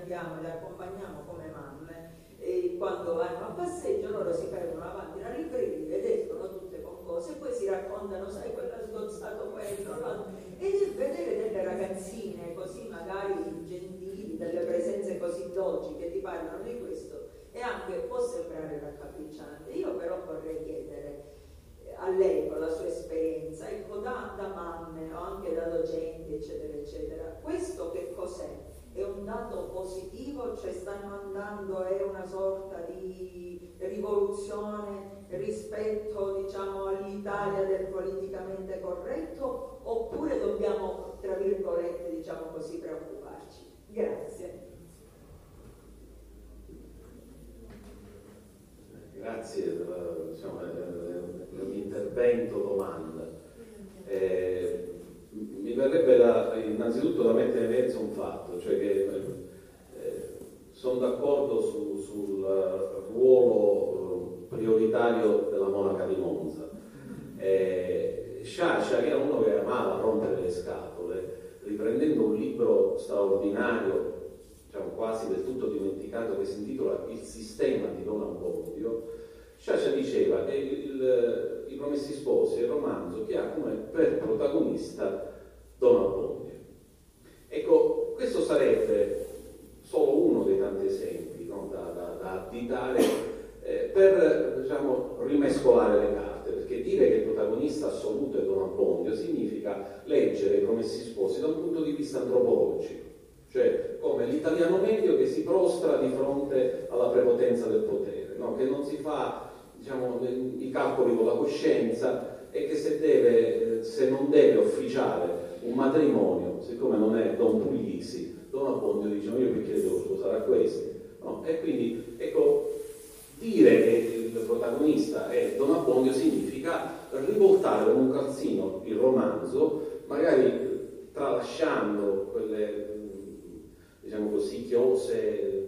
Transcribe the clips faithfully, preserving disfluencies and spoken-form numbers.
andiamo, le accompagniamo come mamme, e quando vanno a passeggio loro si fermano avanti alla libreria ed escono tutte con cose, e poi si raccontano, sai, quello ha sgozzato quello, l'altro. E vedere delle ragazzine così magari gentili, delle presenze così dolci che ti parlano di questo, e anche può sembrare raccapricciante. Io però vorrei chiedere a lei, con la sua esperienza, ecco, da, da mamme o anche da docenti, eccetera, eccetera, questo che cos'è? È un dato positivo, cioè stanno andando, è una sorta di rivoluzione rispetto, diciamo, all'Italia del politicamente corretto, oppure dobbiamo, tra virgolette, diciamo così, preoccuparci? Grazie. Grazie diciamo, dell'intervento, domanda. Eh, mi verrebbe da, innanzitutto da mettere in mezzo un fatto, cioè che eh, sono d'accordo su, sul ruolo prioritario della monaca di Monza. Eh, Sciascia, che era uno che amava rompere le scatole, riprendendo un libro straordinario, diciamo quasi del tutto dimenticato, che si intitola Il sistema di Don Abbondio, Sciascia diceva che il, I Promessi Sposi è il romanzo che ha come per protagonista Don Abbondio. Ecco, questo sarebbe solo uno dei tanti esempi, no, da, da, da additare eh, per, diciamo, rimescolare le carte, perché dire che il protagonista assoluto è Don Abbondio significa leggere I Promessi Sposi da un punto di vista antropologico, cioè come l'italiano medio che si prostra di fronte alla prepotenza del potere, no? Che non si fa, diciamo, i calcoli con la coscienza, e che se, deve, se non deve officiare un matrimonio, siccome non è Don Puglisi, Don Abbondio dice: io perché devo sposare a questi? No? E quindi, ecco, dire che il protagonista è Don Abbondio significa rivoltare con un calzino il romanzo, magari tralasciando quelle, diciamo così, chiose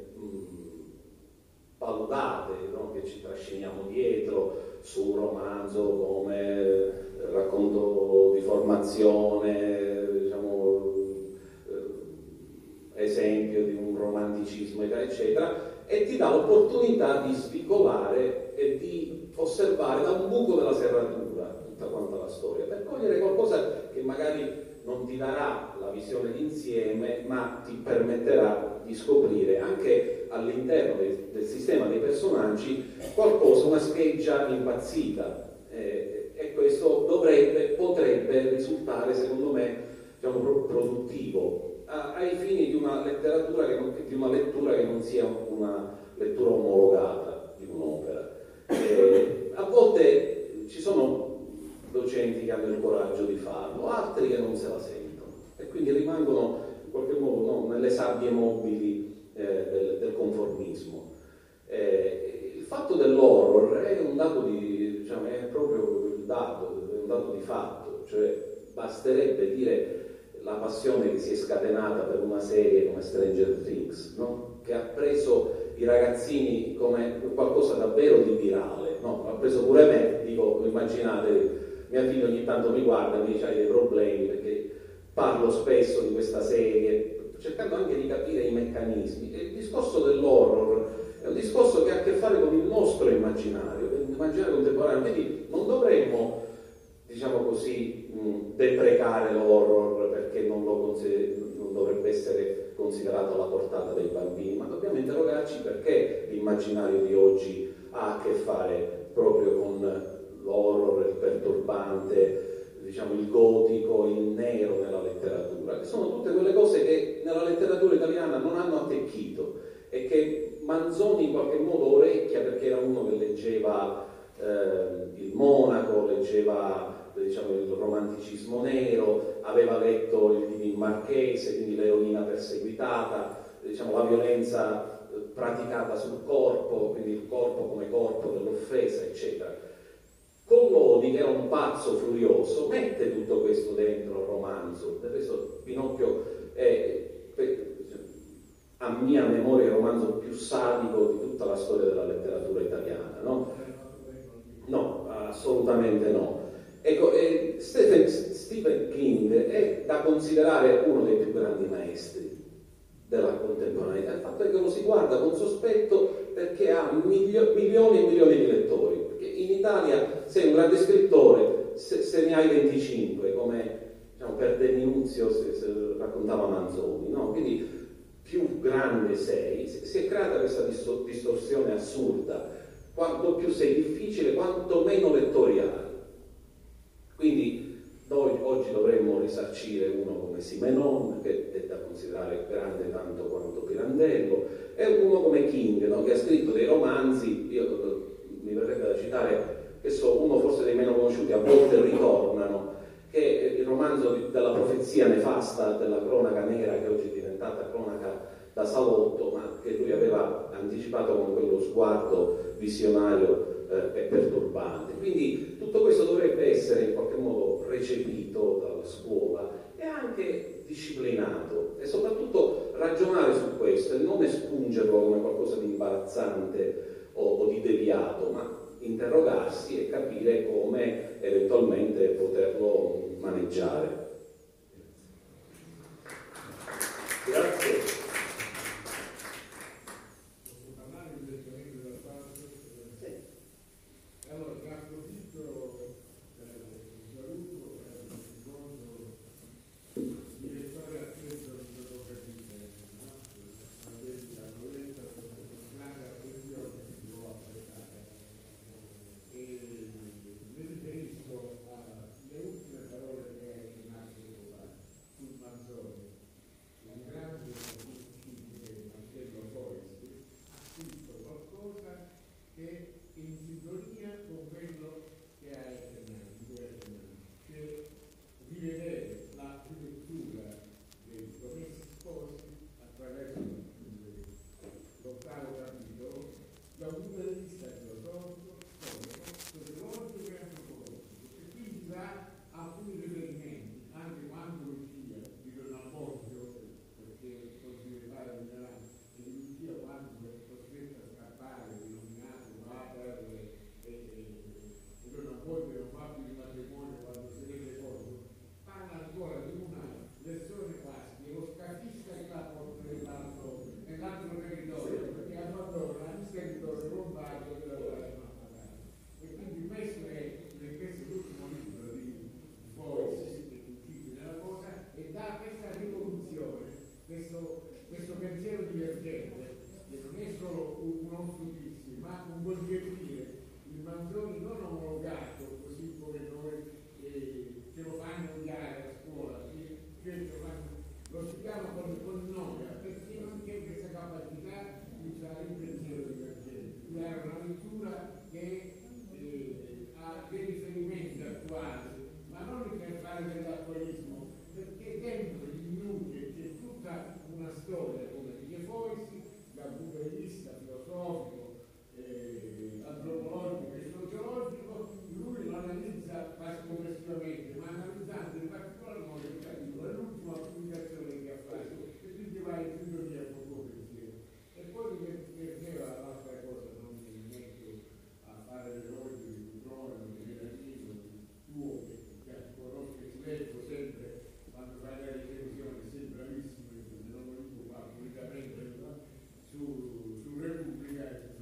paludate, no? Che ci trasciniamo dietro su un romanzo come racconto di formazione, diciamo, eh, esempio di un romanticismo, eccetera, e ti dà l'opportunità di svicolare e di osservare da un buco della serratura tutta quanta la storia, per cogliere qualcosa che magari non ti darà la visione d'insieme, ma ti permetterà di scoprire anche all'interno del, del sistema dei personaggi qualcosa, una scheggia impazzita, eh, e questo dovrebbe, potrebbe risultare, secondo me, diciamo, produttivo a, ai fini di una letteratura che non, di una lettura che non sia una lettura omologata di un'opera. Eh, a volte ci sono docenti che hanno il coraggio di farlo, altri che non se la sentono e quindi rimangono in qualche modo, no, nelle sabbie mobili eh, del, del conformismo. Eh, il fatto dell'horror è un dato di, diciamo, è proprio il dato, è un dato di fatto, cioè basterebbe dire la passione che si è scatenata per una serie come Stranger Things, no? Che ha preso i ragazzini come qualcosa davvero di virale, no? Ha preso pure me, dico, immaginate, mia figlia ogni tanto mi guarda e mi dice: hai dei problemi, perché parlo spesso di questa serie, cercando anche di capire i meccanismi. E il discorso dell'horror è un discorso che ha a che fare con il nostro immaginario, l'immaginario contemporaneo, quindi non dovremmo, diciamo così, mh, deprecare l'horror perché non, lo consider- non dovrebbe essere considerato alla portata dei bambini, ma dobbiamo interrogarci perché l'immaginario di oggi ha a che fare proprio con l'horror, il perturbante, diciamo il gotico, il nero nella letteratura, che sono tutte quelle cose che nella letteratura italiana non hanno attecchito e che Manzoni in qualche modo orecchia, perché era uno che leggeva eh, il Monaco, leggeva, diciamo, il romanticismo nero, aveva letto il Divin Marchese, quindi l'eroina perseguitata, diciamo, la violenza praticata sul corpo, quindi il corpo come corpo dell'offesa, eccetera. Collodi, che era un pazzo furioso, mette tutto questo dentro il romanzo. Del resto Pinocchio è, a mia memoria, il romanzo più sadico di tutta la storia della letteratura italiana, no? No, assolutamente no. Ecco, eh, Stephen, Stephen King è da considerare uno dei più grandi maestri della contemporaneità. fatto è che lo si guarda con sospetto perché ha milio- milioni e milioni di lettori. Perché in Italia sei un grande scrittore se, se ne hai venticinque, come diciamo, per De Nunzio se, se raccontava Manzoni, no? Quindi più grande sei, si è creata questa distorsione assurda. Quanto più sei difficile, quanto meno lettori hai. Quindi noi oggi dovremmo risarcire uno come Simenon, che è da considerare grande tanto quanto Pirandello, e uno come King, no? Che ha scritto dei romanzi, io mi verrebbe da citare, che so, uno forse dei meno conosciuti, A volte ritornano, che è il romanzo della profezia nefasta della cronaca nera, che oggi è diventata cronaca da salotto, ma che lui aveva anticipato con quello sguardo visionario eh, e perturbante. Quindi tutto questo dovrebbe essere in qualche modo recepito dalla scuola e anche disciplinato, e soprattutto ragionare su questo e non espungerlo come qualcosa di imbarazzante o, o di deviato, ma interrogarsi e capire come eventualmente poterlo maneggiare. Grazie. su, su Repubblica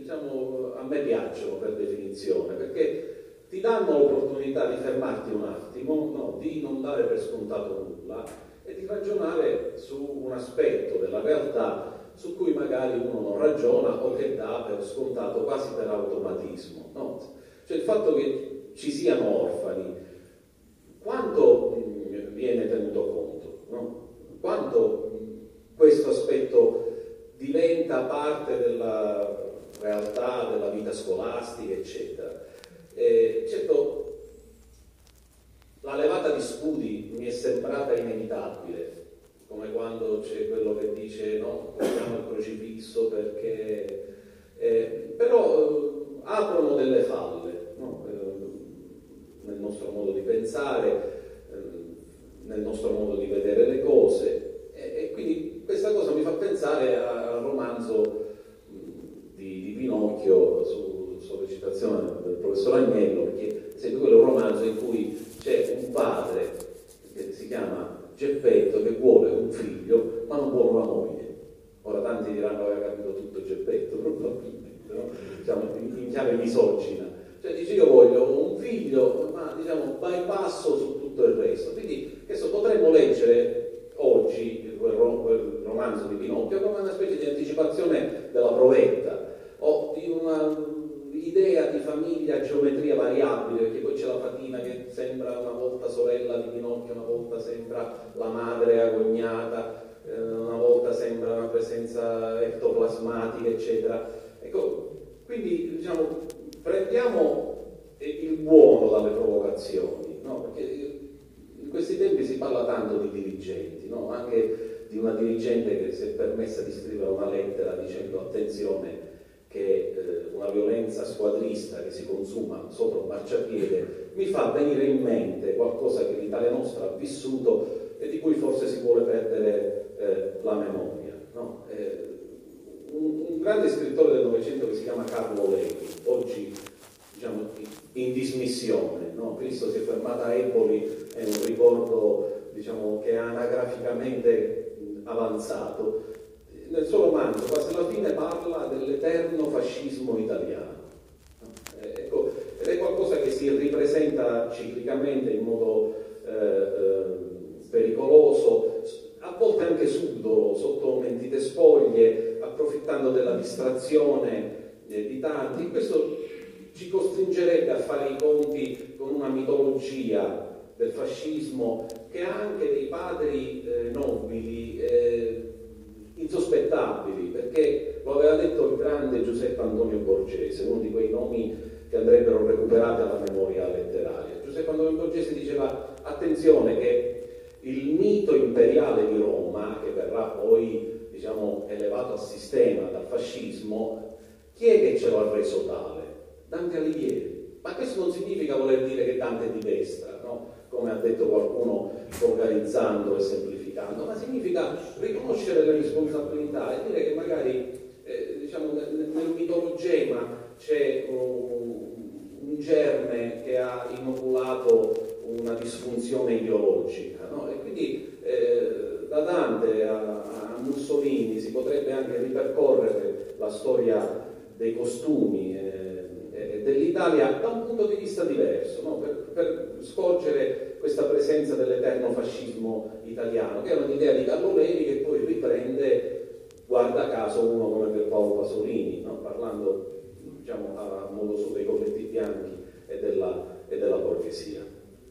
diciamo, a me piacciono per definizione, perché ti danno l'opportunità di fermarti un attimo, no? Di non dare per scontato nulla e di ragionare su un aspetto della realtà su cui magari uno non ragiona o che dà per scontato quasi per automatismo, no? Cioè il fatto che ci siano orfani, quanto mh, viene tenuto conto, no? Quanto mh, questo aspetto diventa parte della realtà, della vita scolastica, eccetera. Eh, certo, la levata di scudi mi è sembrata inevitabile, come quando c'è quello che dice no, togliamo il crocifisso perché... Eh, però eh, aprono delle falle, no? eh, nel nostro modo di pensare, eh, nel nostro modo di vedere le cose, e, e quindi questa cosa mi fa pensare al romanzo di, di Pinocchio su sollecitazione del professor Agnello, perché è quello è un romanzo in cui c'è un padre che si chiama Geppetto che vuole un figlio ma non vuole una moglie. Ora tanti diranno che aveva capito tutto Geppetto, probabilmente, no? Diciamo, in, in chiave misogina. Cioè dice io voglio un figlio ma diciamo bypasso su tutto il resto. Quindi questo potremmo leggere oggi quel, quel romanzo di Pinocchio come una specie di anticipazione della provetta o di una idea di famiglia a geometria variabile, perché poi c'è la fatina che sembra una volta sorella di Pinocchio, una volta sembra la madre agognata, eh, una volta sembra una presenza ectoplasmatica, eccetera. Ecco, quindi diciamo prendiamo il buono dalle provocazioni, no? Perché in questi tempi si parla tanto di dirigenti, no? Anche di una dirigente che si è permessa di scrivere una lettera dicendo attenzione che eh, una violenza squadrista che si consuma sopra un marciapiede mi fa venire in mente qualcosa che l'Italia nostra ha vissuto e di cui forse si vuole perdere eh, la memoria, no? eh, un, un grande scrittore del Novecento che si chiama Carlo Levi, oggi diciamo in dismissione, no? Cristo si è fermato a Eboli, è un ricordo diciamo, che è anagraficamente avanzato. Nel suo romanzo, quasi alla fine, parla dell'eterno fascismo italiano. Ecco, ed è qualcosa che si ripresenta ciclicamente in modo eh, eh, pericoloso, a volte anche subdolo, sotto mentite spoglie, approfittando della distrazione eh, di tanti. Questo ci costringerebbe a fare i conti con una mitologia del fascismo che ha anche dei padri eh, nobili, eh, insospettabili, perché lo aveva detto il grande Giuseppe Antonio Borgese, uno di quei nomi che andrebbero recuperati alla memoria letteraria. Giuseppe Antonio Borgese diceva attenzione che il mito imperiale di Roma, che verrà poi diciamo, elevato a sistema dal fascismo, chi è che ce lo ha reso tale? Dante Alighieri. Ma questo non significa voler dire che Dante è di destra, no? Come ha detto qualcuno organizzando e semplificando, ma significa riconoscere le responsabilità e dire che magari eh, diciamo, nel, nel mitologema c'è un, un germe che ha inoculato una disfunzione ideologica, no? E quindi eh, da Dante a, a Mussolini si potrebbe anche ripercorrere la storia dei costumi eh, dell'Italia da un punto di vista diverso, no? per, per scorgere questa presenza dell'eterno fascismo italiano, che è un'idea di Carlo Levi che poi riprende, guarda caso, uno come Pierpaolo Pasolini, no? Parlando diciamo, a modo suo dei colletti bianchi e della, e della borghesia.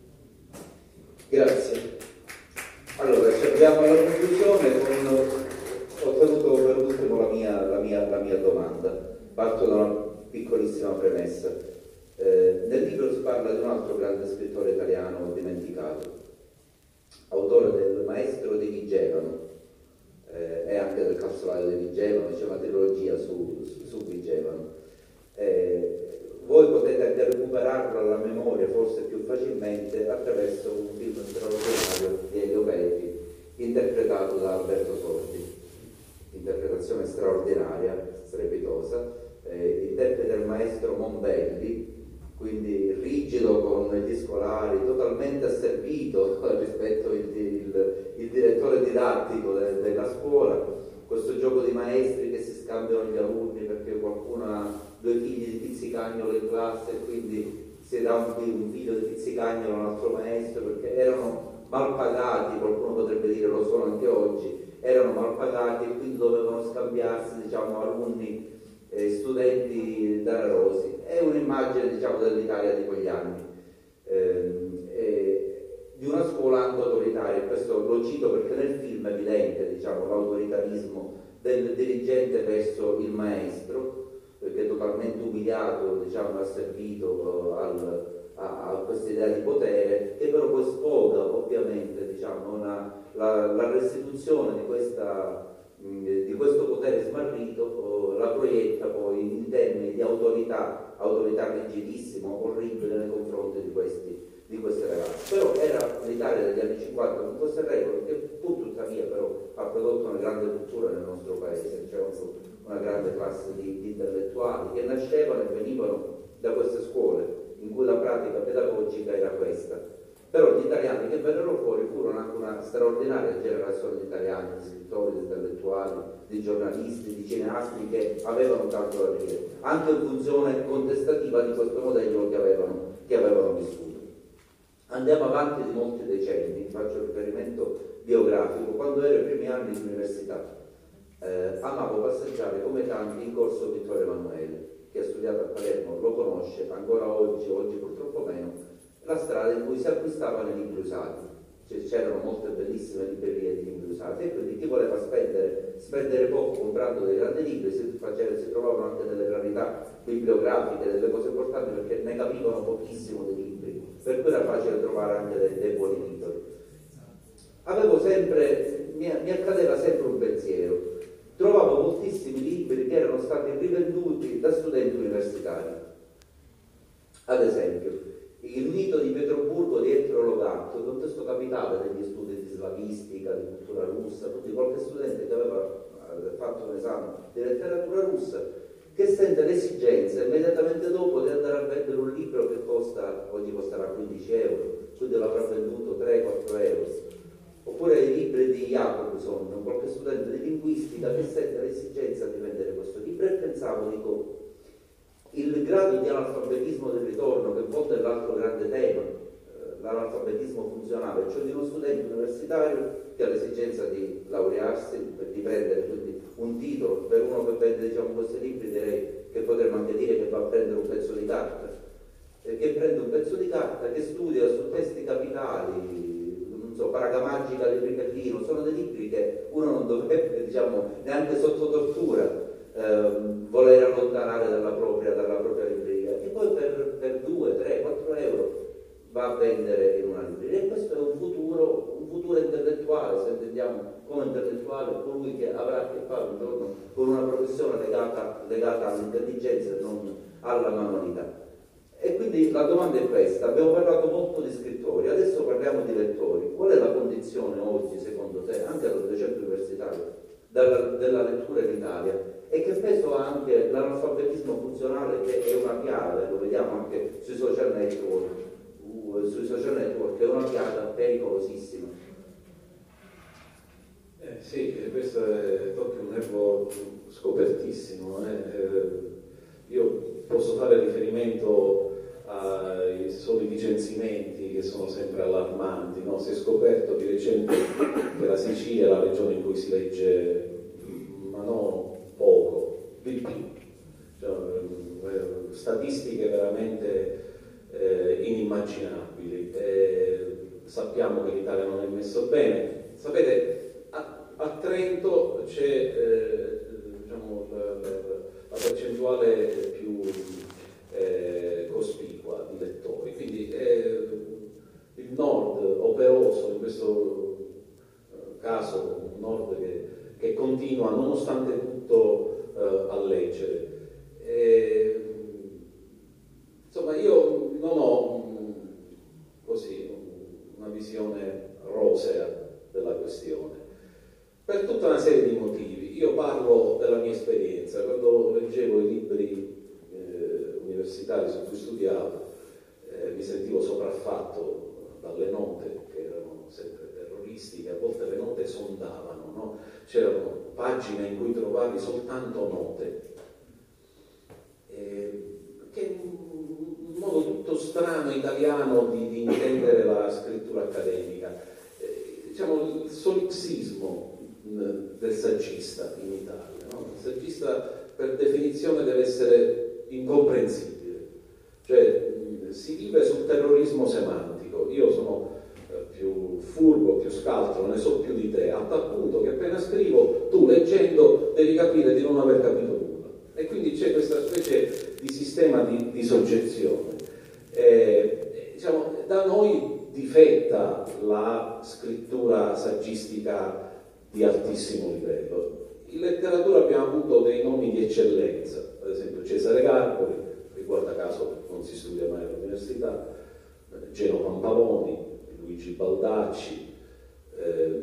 Grazie. Allora, ci arriviamo alla conclusione con... ho tenuto per ultimo la mia, la mia, la mia domanda. Parto da una piccolissima premessa. Eh, nel libro si parla di un altro grande scrittore italiano dimenticato, autore del Maestro di Vigevano eh, e anche del Calzolaio di Vigevano, c'è una trilogia su, su, su Vigevano. Eh, voi potete anche recuperarlo alla memoria forse più facilmente attraverso un film straordinario di Elio Pelli interpretato da Alberto Sordi, interpretazione straordinaria, strepitosa. Eh, interpreta il maestro Mombelli, quindi rigido con gli scolari, totalmente asservito rispetto al il, il direttore didattico de, della scuola, questo gioco di maestri che si scambiano gli alunni perché qualcuno ha pizzicagnolo in classe e quindi si dà un, un figlio di pizzicagnolo a un altro maestro, perché erano mal pagati, qualcuno potrebbe dire lo sono anche oggi, erano mal pagati e quindi dovevano scambiarsi, diciamo, alunni e studenti danarosi. È un'immagine, diciamo, dell'Italia di quegli anni, eh, eh, di una scuola anche autoritaria. Questo lo cito perché nel film è evidente, diciamo, l'autoritarismo del dirigente verso il maestro, perché è totalmente umiliato, diciamo, asservito al, a, a questa idea di potere, che però poi sfoga ovviamente, diciamo, una, la, la restituzione di, questa, mh, di questo potere smarrito, oh, la proietta poi in termini di autorità, autorità rigidissima, orribile nei confronti di questi, di queste ragazze. Però era l'Italia degli anni cinquanta con queste regole che pur tuttavia però ha prodotto una grande cultura nel nostro paese, cioè una grande classe di, di intellettuali che nascevano e venivano da queste scuole in cui la pratica pedagogica era questa. Però gli italiani che vennero fuori furono anche una straordinaria generazione di italiani, di scrittori, di intellettuali, di giornalisti, di cineasti che avevano tanto da dire, anche in funzione contestativa di questo modello che avevano, che avevano vissuto. Andiamo avanti di molti decenni, faccio riferimento biografico. Quando ero ai primi anni di università eh, amavo passeggiare come tanti in corso Vittorio Emanuele. Chi ha studiato a Palermo lo conosce, ancora oggi, oggi purtroppo meno, la strada in cui si acquistavano i libri usati. Cioè, c'erano molte bellissime librerie di libri usati e quindi chi voleva spendere, spendere poco comprando dei grandi libri si, faceva, si trovavano anche delle rarità bibliografiche, delle cose importanti perché ne capivano pochissimo dei libri, per cui era facile trovare anche dei, dei buoni titoli. Avevo sempre, mi, mi accadeva sempre un pensiero. Trovavo moltissimi libri che erano stati rivenduti da studenti universitari. Ad esempio, il mito di Pietroburgo di Ettore Logatto, con questo capitale degli studi di slavistica, di cultura russa, quindi qualche studente che aveva fatto un esame di letteratura russa, che sente l'esigenza immediatamente dopo di andare a vendere un libro che costa, oggi costerà quindici euro, quindi l'avrà venduto tre quattro euro. Oppure i libri di Jacobson, qualche studente di linguistica che sente l'esigenza di vendere questo libro, e pensavo, dico, il grado di analfabetismo del ritorno, che in fondo è l'altro grande tema, eh, l'analfabetismo funzionale, cioè di uno studente universitario che ha l'esigenza di laurearsi, di prendere quindi un titolo. Per uno che vende, diciamo, questi libri direi che potremmo anche dire che va a prendere un pezzo di carta, eh, che prende un pezzo di carta, che studia su testi capitali, Paraga Magica di Ricardino, sono dei libri che uno non dovrebbe, diciamo, neanche sotto tortura ehm, voler allontanare dalla propria, dalla propria libreria, e poi per, per due, tre, quattro euro va a vendere in una libreria. E questo è un futuro, un futuro intellettuale, se intendiamo come intellettuale colui che avrà a che fare un giorno con una professione legata, legata all'intelligenza e non alla manualità. E quindi la domanda è questa: abbiamo parlato molto di scrittori, adesso parliamo di lettori. Qual è la condizione oggi, secondo te, anche all'adolescente universitario, della, della lettura in Italia? E che peso ha anche l'analfabetismo funzionale, che è una piaga, lo vediamo anche sui social network, uh, sui social network, è una piaga pericolosissima. Eh, sì, questo è proprio un nervo scopertissimo. Eh. Eh, io posso fare riferimento ai soliti censimenti che sono sempre allarmanti, no? Si è scoperto di recente che la Sicilia è la regione in cui si legge, ma no poco, di più. Cioè, eh, statistiche veramente eh, inimmaginabili. Eh, sappiamo che l'Italia non è messo bene. Sapete, a, a Trento c'è eh, diciamo, la, la, la percentuale più eh, cospicua di lettori, quindi eh, il nord operoso, in questo eh, caso un nord che, che continua nonostante tutto eh, a leggere. E, insomma, io non ho così una visione rosea della questione per tutta una serie di motivi. Io parlo della mia esperienza. Quando leggevo i libri eh, universitari su cui studiavo, eh, mi sentivo sopraffatto dalle note, che erano sempre terroristiche. A volte le note sondavano, no? C'erano pagine in cui trovavi soltanto note. E che è un modo tutto strano italiano di, di intendere la scrittura accademica, eh, diciamo il solipsismo del saggista in Italia, no? Il saggista per definizione deve essere incomprensibile, cioè si vive sul terrorismo semantico. Io sono più furbo, più scaltro, ne so più di te, a tal punto che appena scrivo, tu leggendo devi capire di non aver capito nulla. E quindi c'è questa specie di sistema di, di soggezione. Eh, diciamo, da noi difetta la scrittura saggistica di altissimo livello. In letteratura abbiamo avuto dei nomi di eccellenza, ad esempio Cesare Gargoli, che guarda caso non si studia mai all'università, Geno Pampaloni, Luigi Baldacci, eh,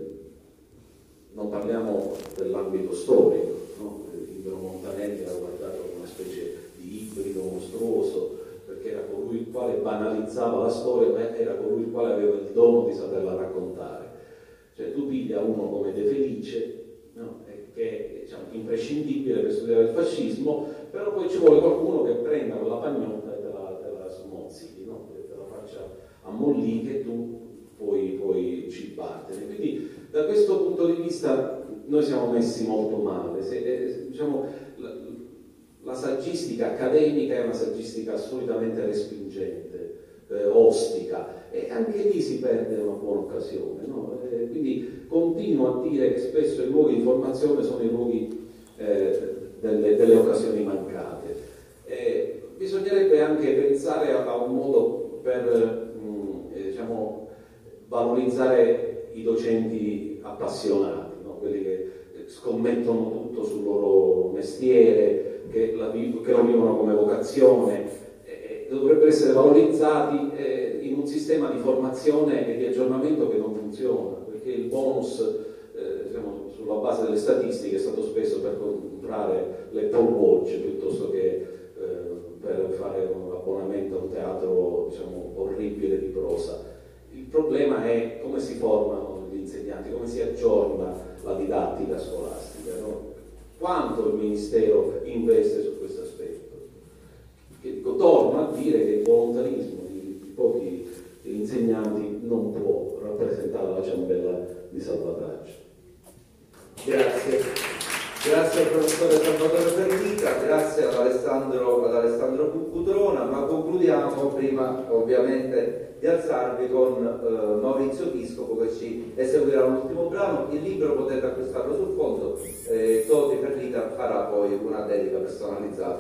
non parliamo dell'ambito storico, no? Libero Montanelli era guardato come una specie di ibrido mostruoso, perché era colui il quale banalizzava la storia, ma era colui il quale aveva il dono di saperla raccontare. Cioè tu piglia uno come De Felice, no? Che è, diciamo, imprescindibile per studiare il fascismo, però poi ci vuole qualcuno che prenda quella pagnotta e te la, te la smozzichi, no? Che te la faccia ammollire che tu puoi, puoi cibartene. Quindi da questo punto di vista noi siamo messi molto male. Se, eh, diciamo, la, la saggistica accademica è una saggistica assolutamente respingente, eh, ostica, e anche lì si perde una buona occasione, no? Eh, quindi continuo a dire che spesso i luoghi di formazione sono i luoghi eh, delle, delle occasioni mancate. Eh, bisognerebbe anche pensare a, a un modo per mh, eh, diciamo, valorizzare i docenti appassionati, no? Quelli che scommettono tutto sul loro mestiere, che, la, che lo vivono come vocazione. Dovrebbero essere valorizzati eh, in un sistema di formazione e di aggiornamento che non funziona, perché il bonus eh, diciamo, sulla base delle statistiche è stato speso per comprare l'Apple Watch piuttosto che eh, per fare un abbonamento a un teatro, diciamo, orribile di prosa. Il problema è come si formano gli insegnanti, come si aggiorna la didattica scolastica, no? Quanto il Ministero investe su questo aspetto? Che, torno a dire che il volontarismo di, di pochi insegnanti non può rappresentare la ciambella di salvataggio. Grazie. Grazie al professore Salvatore Ferrita, grazie ad Alessandro, ad Alessandro Cutrona, ma concludiamo prima ovviamente di alzarvi con eh, Maurizio Piscopo che ci eseguirà l'ultimo brano. Il libro potete acquistarlo sul fondo, eh, Toti Ferrita farà poi una dedica personalizzata.